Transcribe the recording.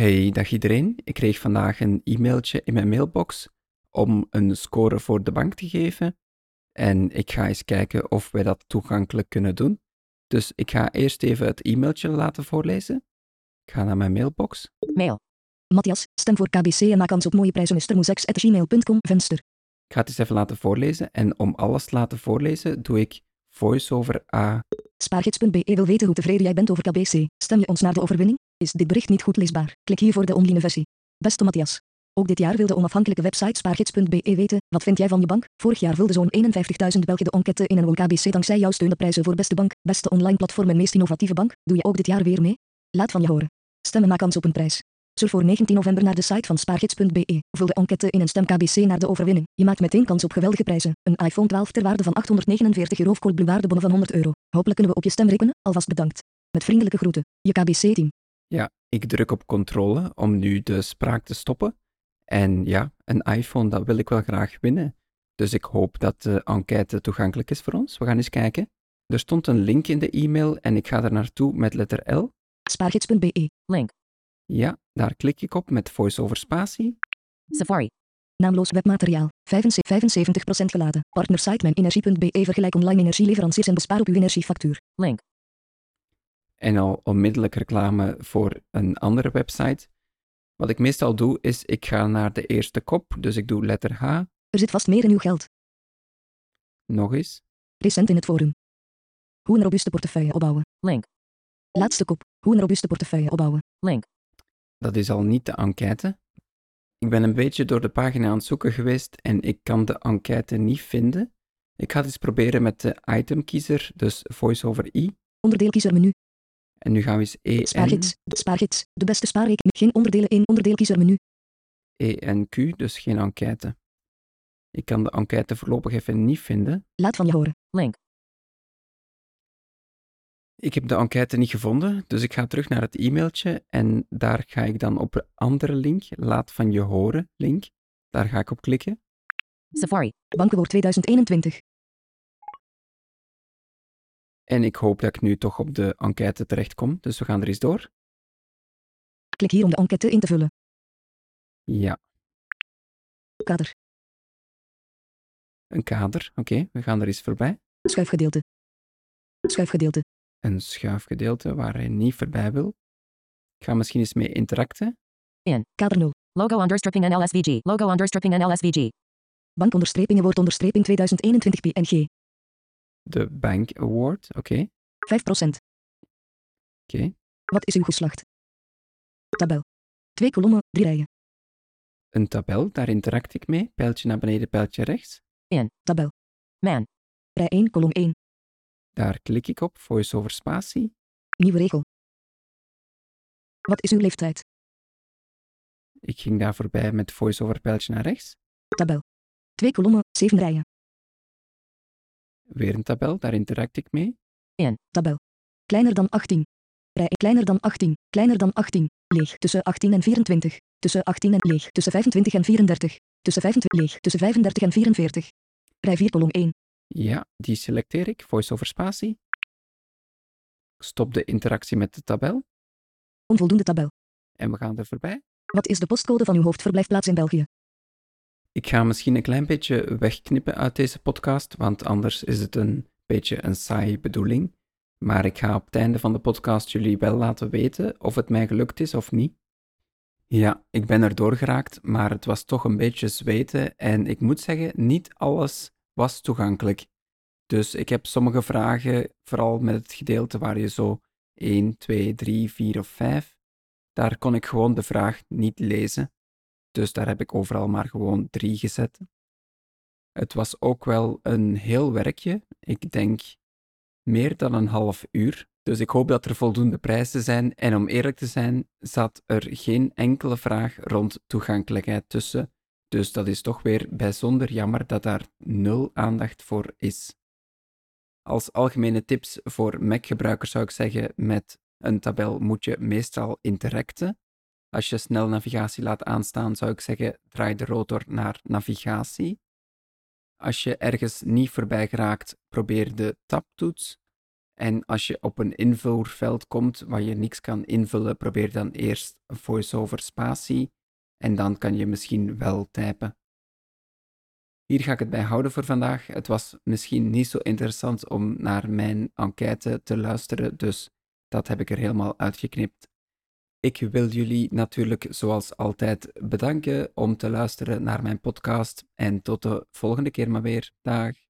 Hey, dag iedereen. Ik kreeg vandaag een e-mailtje in mijn mailbox om een score voor de bank te geven. En ik ga eens kijken of wij dat toegankelijk kunnen doen. Dus ik ga eerst even het e-mailtje laten voorlezen. Ik ga naar mijn mailbox. Mail. Matthias, stem voor KBC en maak kans op mooie prijzen. mrmoesex@gmail.com venster. Ik ga het eens even laten voorlezen. En om alles te laten voorlezen, doe ik voice-over A. Spaargids.be wil weten hoe tevreden jij bent over KBC. Stem je ons naar de overwinning? Is dit bericht niet goed leesbaar? Klik hier voor de online versie. Beste Matthias. Ook dit jaar wil de onafhankelijke website Spaargids.be weten, wat vind jij van je bank? Vorig jaar vulde zo'n 51.000 Belgen de enquête in en won KBC dankzij jouw steun de prijzen voor beste bank, beste online platform en meest innovatieve bank. Doe je ook dit jaar weer mee? Laat van je horen. Stem en maak kans op een prijs. Surf voor 19 november naar de site van Spaargids.be. Vul de enquête in en stem KBC naar de overwinning. Je maakt meteen kans op geweldige prijzen. Een iPhone 12 ter waarde van €849 of Coolblue waardebonnen van €100. Hopelijk kunnen we op je stem rekenen. Alvast bedankt. Met vriendelijke groeten. Je KBC-team. Ja, ik druk op controle om nu de spraak te stoppen. En ja, een iPhone, dat wil ik wel graag winnen. Dus ik hoop dat de enquête toegankelijk is voor ons. We gaan eens kijken. Er stond een link in de e-mail en ik ga er naartoe met letter L. Spaargids.be. Link. Ja, daar klik ik op met voice-over spatie. Safari. Naamloos webmateriaal. 75% geladen. Partnersite mijnenergie.be. Vergelijk online energieleveranciers en bespaar op uw energiefactuur. Link. En al onmiddellijk reclame voor een andere website. Wat ik meestal doe, is ik ga naar de eerste kop, dus ik doe letter H. Er zit vast meer in uw geld. Nog eens. Recent in het forum. Hoe een robuuste portefeuille opbouwen. Link. Laatste kop. Hoe een robuuste portefeuille opbouwen. Link. Dat is al niet de enquête. Ik ben een beetje door de pagina aan het zoeken geweest en ik kan de enquête niet vinden. Ik ga het eens proberen met de itemkiezer, dus voice-over I. Onderdeelkiezer menu. En nu gaan we eens Spaargids. De beste spaarrekening. Geen onderdelen in onderdeelkiezer menu. ENQ, dus geen enquête. Ik kan de enquête voorlopig even niet vinden. Laat van je horen. Link. Ik heb de enquête niet gevonden, dus ik ga terug naar het e-mailtje en daar ga ik dan op een andere link, laat van je horen link. Daar ga ik op klikken. Safari. Bankenwoord 2021. En ik hoop dat ik nu toch op de enquête terechtkom, dus we gaan er eens door. Klik hier om de enquête in te vullen. Ja, Kader. een kader. Oké, we gaan er eens voorbij. Schuifgedeelte. Schuifgedeelte. Een schuifgedeelte waar hij niet voorbij wil. Ik ga misschien eens mee interacten. In. Kader 0. Logo understripping en LSVG. Logo understripping en LSVG. Bankonderstrepingen woord onderstreping 2021 PNG. De Bank Award, oké. 5%. Oké. Wat is uw geslacht? Tabel. 2 kolommen, 3 rijen. Een tabel, daar interact ik mee. Pijltje naar beneden, pijltje rechts. In. Tabel. Man. Rij 1, kolom 1. Daar klik ik op, voice-over spatie. Nieuwe regel. Wat is uw leeftijd? Ik ging daar voorbij met voice-over pijltje naar rechts. Tabel. 2 kolommen, 7 rijen. Weer een tabel, daar interact ik mee. In. Tabel. Kleiner dan 18. Rij 1, kleiner dan 18. Kleiner dan 18. Leeg. Tussen 18 en 24. Tussen 18 en leeg. Tussen 25 en 34. Tussen 25 leeg. Tussen 35 en 44. Rij 4 kolom 1. Ja, die selecteer ik, voice-over spatie. Stop de interactie met de tabel. Onvoldoende tabel. En we gaan er voorbij. Wat is de postcode van uw hoofdverblijfplaats in België? Ik ga misschien een klein beetje wegknippen uit deze podcast, want anders is het een beetje een saaie bedoeling. Maar ik ga op het einde van de podcast jullie wel laten weten of het mij gelukt is of niet. Ja, ik ben er doorgeraakt, maar het was toch een beetje zweten en ik moet zeggen, niet alles was toegankelijk. Dus ik heb sommige vragen, vooral met het gedeelte waar je zo 1, 2, 3, 4 of 5, daar kon ik gewoon de vraag niet lezen. Dus daar heb ik overal maar gewoon 3 gezet. Het was ook wel een heel werkje. Ik denk meer dan een half uur. Dus ik hoop dat er voldoende prijzen zijn. En om eerlijk te zijn, zat er geen enkele vraag rond toegankelijkheid tussen. Dus dat is toch weer bijzonder jammer dat daar 0 aandacht voor is. Als algemene tips voor Mac-gebruikers zou ik zeggen, met een tabel moet je meestal interacten. Als je snel navigatie laat aanstaan, zou ik zeggen, draai de rotor naar navigatie. Als je ergens niet voorbij geraakt, probeer de tabtoets. En als je op een invoerveld komt waar je niks kan invullen, probeer dan eerst voice-over spatie en dan kan je misschien wel typen. Hier ga ik het bij houden voor vandaag. Het was misschien niet zo interessant om naar mijn enquête te luisteren, dus dat heb ik er helemaal uitgeknipt. Ik wil jullie natuurlijk zoals altijd bedanken om te luisteren naar mijn podcast en tot de volgende keer maar weer. Dag!